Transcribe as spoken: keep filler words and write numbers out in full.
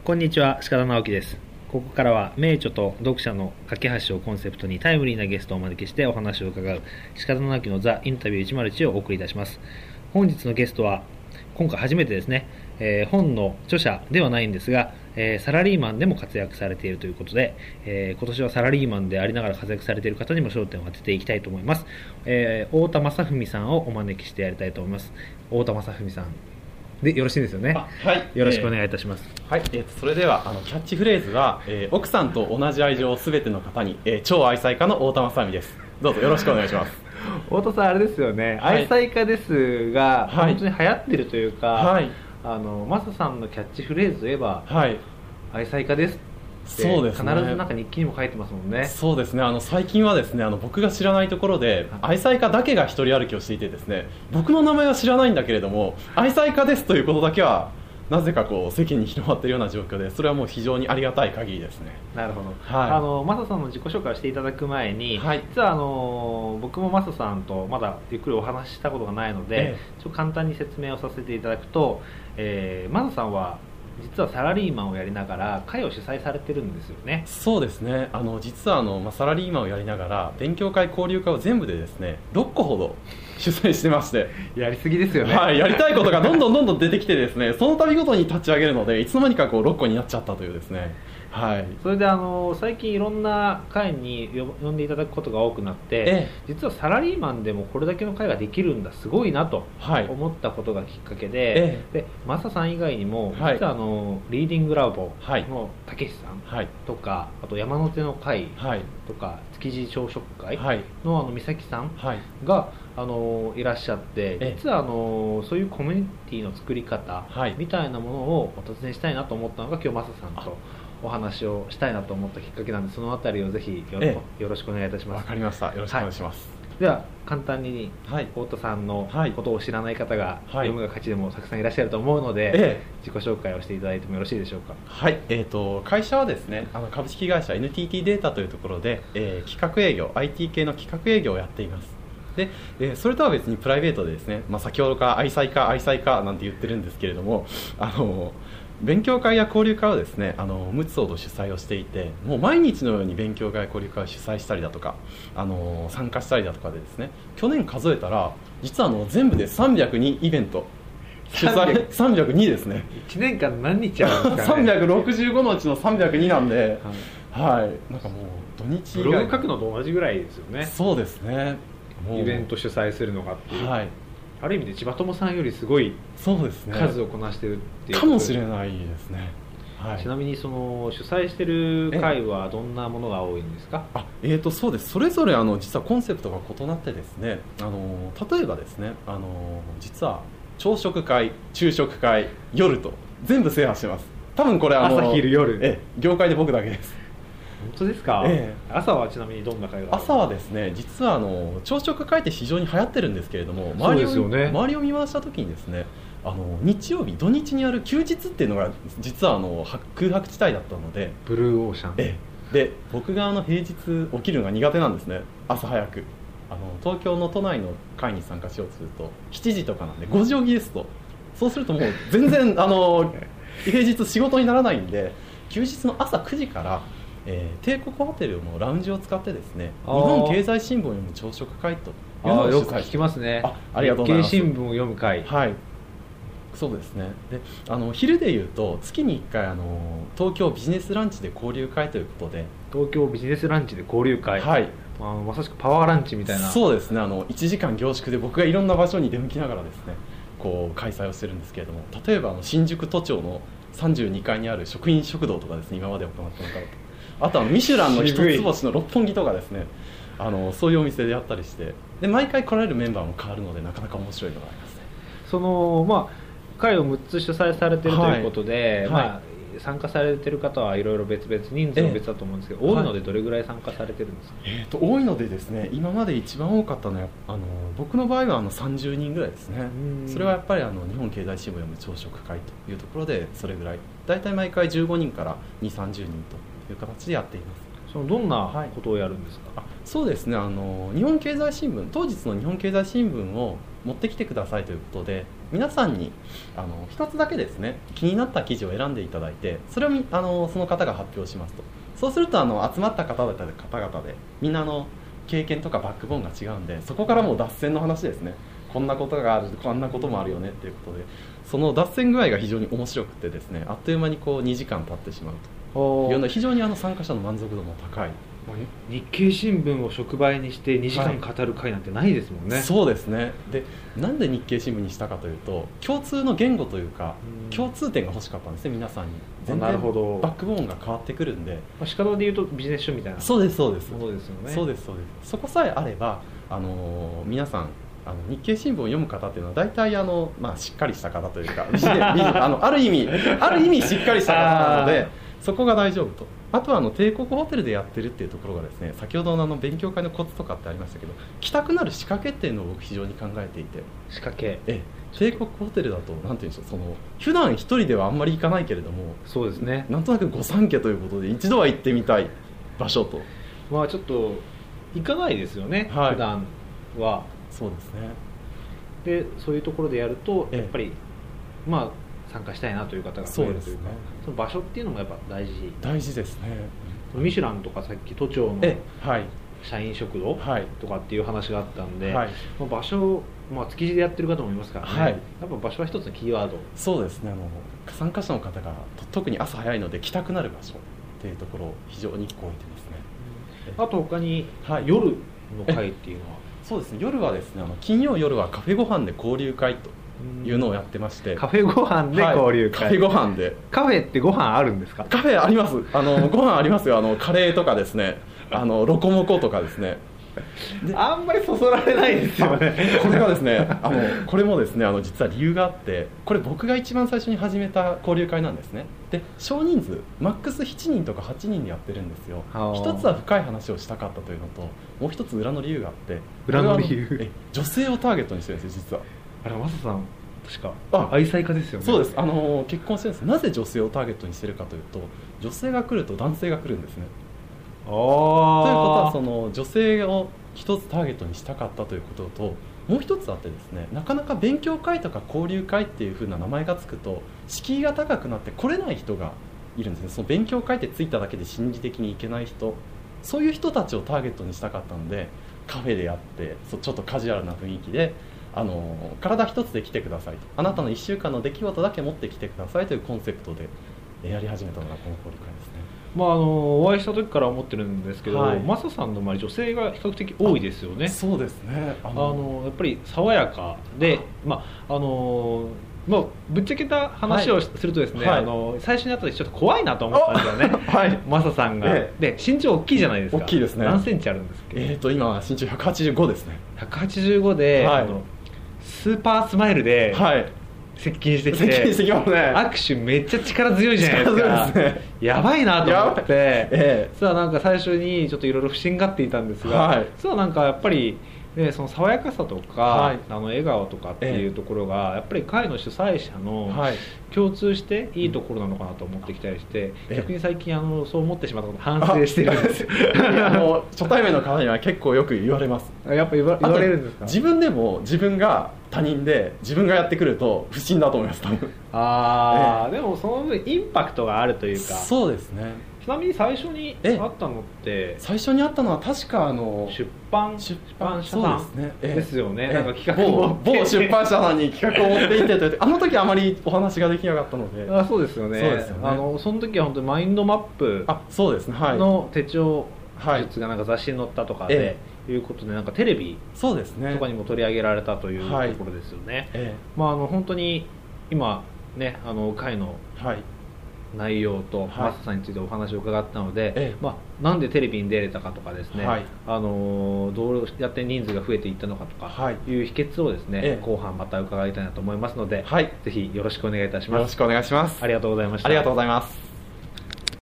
こんにちは、鹿田直樹です。ここからは名著と読者の架け橋をコンセプトにタイムリーなゲストをお招きしてお話を伺う鹿田直樹のザ・インタビューいちまるいちをお送りいたします。本日のゲストは今回初めてですね、えー、本の著者ではないんですが、えー、サラリーマンでも活躍されているということで、えー、今年はサラリーマンでありながら活躍されている方にも焦点を当てていきたいと思います。えー、太田正文さんをお招きしてやりたいと思います。太田正文さんでよろしいですよね。 はい、 よろしくお願いいたします。 えー、はい、えー、それではあのキャッチフレーズは、えー、奥さんと同じ愛情をすべての方に、えー、超愛妻家の太田正美です。どうぞよろしくお願いします。 太田さんあれですよね、はい、愛妻家ですが、はい、本当に流行ってるというか、はい、あのマサさんのキャッチフレーズといえば、はい、愛妻家ですそうですね、 必ずなんか日記にも書いてますもんね。 そうですね、あの最近はですね、あの僕が知らないところで愛妻家だけが一人歩きをしていてですね、僕の名前は知らないんだけれども愛妻家ですということだけはなぜかこう世間に広まっているような状況で、それはもう非常にありがたい限りですね。 なるほど、はい、あのマサさんの自己紹介をしていただく前に、はい、実はあの僕もマサさんとまだゆっくりお話ししたことがないので、ええ、ちょっと簡単に説明をさせていただくと、えー、マサさんは実はサラリーマンをやりながら会を主催されてるんですよね。 そうですね、あの実はあの、まあ、サラリーマンをやりながら勉強会交流会を全部でですねろっこほど主催してまして、 やりすぎですよね、 はい、やりたいことがどんどんどんどん出てきてですねその度ごとに立ち上げるのでいつの間にかこうろっこになっちゃったというですね、はい、 それであの最近いろんな会に呼んでいただくことが多くなって、ええ、実はサラリーマンでもこれだけの会ができるんだ、すごいなと思ったことがきっかけで、ええ、でマサさん以外にも、はい、実はあのリーディングラボのたけしさんとか、はい、あと山手の会とか、はい、築地朝食会の、あの美咲さんが、あのいらっしゃって、実はあのそういうコミュニティの作り方みたいなものをお尋ねしたいなと思ったのが今日マサさんとお話をしたいなと思ったきっかけなんで、そのあたりをぜひよろ、ええ、よろしくお願いいたします。 わかりました、よろしくお願いします。 はい、では簡単に太田さんのことを知らない方が読むが勝ちでもたくさんいらっしゃると思うので、ええ、自己紹介をしていただいてもよろしいでしょうか。 はい、えーと、会社はですね、あの株式会社 エヌティーティー データというところで、えー、企画営業 アイティー 系の企画営業をやっています。で、えー、それとは別にプライベートでですね、まあ、先ほどから愛妻家愛妻家なんて言ってるんですけれども、あの勉強会や交流会をですね、あのむつほど主催をしていて、もう毎日のように勉強会や交流会を主催したりだとか、あの参加したりだとかでですね、去年数えたら実はあの全部でさんびゃくにイベント主催さんびゃくにですね。 いちねんかん何日あるんですかね。 さんびゃくろくじゅうごのうちのさんびゃくになんで、はい、はい、なんかもう土日以外ブログ書くのと同じぐらいですよね。 そうですね、 イベント主催するのがっていう、はい、ある意味で千葉友さんよりすごい数をこなしてるっていう、 かもしれないですね。はい、 ちなみにその主催してる会はどんなものが多いんですか。 あ、えーとそうです、それぞれあの実はコンセプトが異なってですね、あの例えばですね、あの実は朝食会、昼食会、夜と全部制覇してます。多分これあの朝昼夜、 え業界で僕だけです。 本当ですか。ええ、朝はちなみにどんな会があるんですか。 朝はですね、実はあの朝食会って非常に流行ってるんですけれども、周りを、そうですよね、周りを見回した時にですね、あの日曜日土日にある休日っていうのが実はあの空白地帯だったので、 ブルーオーシャン、 ええ、で僕があの平日起きるのが苦手なんですね。朝早くあの東京の都内の会に参加しようとするとしちじとかなんでごじ起きですと、そうするともう全然あの平日仕事にならないんで、休日の朝くじからえー、帝国ホテルのラウンジを使ってですね、日本経済新聞を読む朝食会というのを主催。 よく聞きますね。 あ、ありがとうございます。 日経新聞を読む会、 はい、そうですね。で、あの昼でいうと月にいっかいあの東京ビジネスランチで交流会ということで、 東京ビジネスランチで交流会、はい、あのまさしくパワーランチみたいな。 そうですね、あのいちじかん凝縮で僕がいろんな場所に出向きながらですね、こう開催をしてるんですけれども、例えばあの新宿都庁のさんじゅうにかいにある職員食堂とかですね、今まで行ってもらったと、あとはミシュランの一つ星の六本木とかですね、あのそういうお店でやったりして、で毎回来られるメンバーも変わるのでなかなか面白いのがありますね。 そのまあ会をむっつ主催されているということで、はい、まあ、はい、参加されている方はいろいろ別々人数も別だと思うんですけど、えー、多いのでどれぐらい参加されてるんですか。 はい、えー、と多いのでですね、今まで一番多かったのはあの僕の場合はあのさんじゅうにんぐらいですね。それはやっぱりあの日本経済新聞を読む朝食会というところでそれぐらい、だいたい毎回じゅうごにんからにじゅう、さんじゅうにんという形でやっています。 そのどんなことをやるんですか。 はい、あ、そうですね、あの日本経済新聞、当日の日本経済新聞を持ってきてくださいということで、 皆さんにあの一つだけですね気になった記事を選んでいただいて、それをあのその方が発表しますと。そうするとあの集まった方々で方々でみんなの経験とかバックボーンが違うんで、そこからもう脱線の話ですね。こんなことがある、こんなこともあるよねっていうことで、その脱線具合が非常に面白くてですね、あっという間にこうにじかん経ってしまうというような非常にあの参加者の満足度も高い。 日経新聞を触媒にしてにじかん語る会なんてないですもんね、 はい、そうですね。でなんで日経新聞にしたかというと、共通の言語というか共通点が欲しかったんですね、皆さんに。全然バックボーンが変わってくるんで、 まあ、仕方でいうとビジネス書みたいなそうですそうですものですよね。 そうですそうです。そこさえあれば、あのー、皆さんあの日経新聞を読む方っていうのは大体あの、まあ、しっかりした方というかビジネスあのある意味ある意味しっかりした方なのでそこが大丈夫と。あとはあの帝国ホテルでやってるっていうところがですね、先ほどのあの勉強会のコツとかってありましたけど、来たくなる仕掛けっていうのを僕非常に考えていて、 仕掛け、 え帝国ホテルだとなんていうんでしょう、その普段一人ではあんまり行かないけれども、 そうですね、 なんとなく御三家ということで一度は行ってみたい場所と。 まあちょっと行かないですよね、 はい、 普段は。 そうですね。 でそういうところでやるとやっぱり、まあ参加したいなという方が増えるというか、その場所っていうのもやっぱ大事大事ですね。 ミシュランとかさっき都庁の社員食堂とかっていう話があったんで、はい、まあ、場所、まあ、築地でやってる方もいますからね、はい、やっぱ場所は一つのキーワード。 そうですね。あの参加者の方が特に朝早いので来たくなる場所っていうところを非常に一個置いてますね。 うん、あと他に、はい、夜の会っていうのは。 そうですね、夜はですね、あの金曜夜はカフェご飯で交流会というのをやってまして、 カフェご飯で交流会、 はい、カフェご飯で。 カフェってご飯あるんですか？ カフェあります。あのご飯ありますよ。あのカレーとかですね、あのロコモコとかですね。 あんまりそそられないですよね。 これがですね、あのこれもですね、あの実は理由があって、これ僕が一番最初に始めた交流会なんですね。で少人数マックスしちにんとかはちにんでやってるんですよ。一つは深い話をしたかったというのと、もう一つ裏の理由があって、 裏の理由、 え女性をターゲットにしてるんですよ、実は。 あれマサさん確かあ愛妻家ですよね。 そうです。あの結婚してるんです。なぜ女性をターゲットにしてるかというと、女性が来ると男性が来るんですね。あということは、その女性を一つターゲットにしたかったということと、もう一つあってですね、なかなか勉強会とか交流会っていう風な名前がつくと敷居が高くなって来れない人がいるんですね。その勉強会ってついただけで心理的にいけない人、そういう人たちをターゲットにしたかったので、カフェでやってちょっとカジュアルな雰囲気で、あの体一つで来てくださいと、あなたのいっしゅうかんの出来事だけ持ってきてくださいというコンセプトでやり始めたのがこの交流会ですね。 まあ、あのお会いした時から思ってるんですけど、はい、マサさんの周り女性が比較的多いですよね。 そうですね。 あのあのやっぱり爽やかで、まああのまあ、ぶっちゃけた話をするとですね、はい、あの最初に会った時ちょっと怖いなと思ったんですよね、はい、マサさんが、ええ、で身長大きいじゃないですか。 大きいですね。 何センチあるんですか？ えーと今は身長ひゃくはちじゅうごですね。 ひゃくはちじゅうごで、はい、あのスーパースマイルで、はい、接近してきて、 接近してきますね。 握手めっちゃ力強いじゃないですか。力強いですね。やばいなと思って、ええ、さあなんか最初にちょっといろいろ不審がっていたんですが、はい、さあなんかやっぱり、ね、その爽やかさとか、はい、あの笑顔とかっていうところが、ええ、やっぱり会の主催者の共通していいところなのかなと思ってきたりして、ええ、逆に最近あのそう思ってしまったこと反省してるんですよ。 あの初対面の方には結構よく言われます。 やっぱ言わ、言われるんですか？ 自分でも自分が他人で自分がやってくると不審だと思います。多分ああ、ええ、でもその分インパクトがあるというか。 そうですね。 ちなみに最初にあったのって最初にあったのは確かあの出版出版社さんですね。ええ、ですよね。なんか企画を某出版社さんに企画を持っていってと言って、あの時あまりお話ができなかったので。 あ、そうですよね。そうですよね。あのその時は本当にマインドマップの手帳術がなんか雑誌に載ったとかで。ええいうことで、なんかテレビとかにも取り上げられたというところですよね。はい、ええ、まあ、あの本当に今ね、あの会の内容とマサさんについてお話を伺ったので、はい、まあ、なんでテレビに出れたかとかですね、はい、あのどうやって人数が増えていったのかとかいう秘訣をですね、ええ、後半また伺いたいなと思いますので、はい、ぜひよろしくお願いいたします。 よろしくお願いします。 ありがとうございました。 ありがとうございます。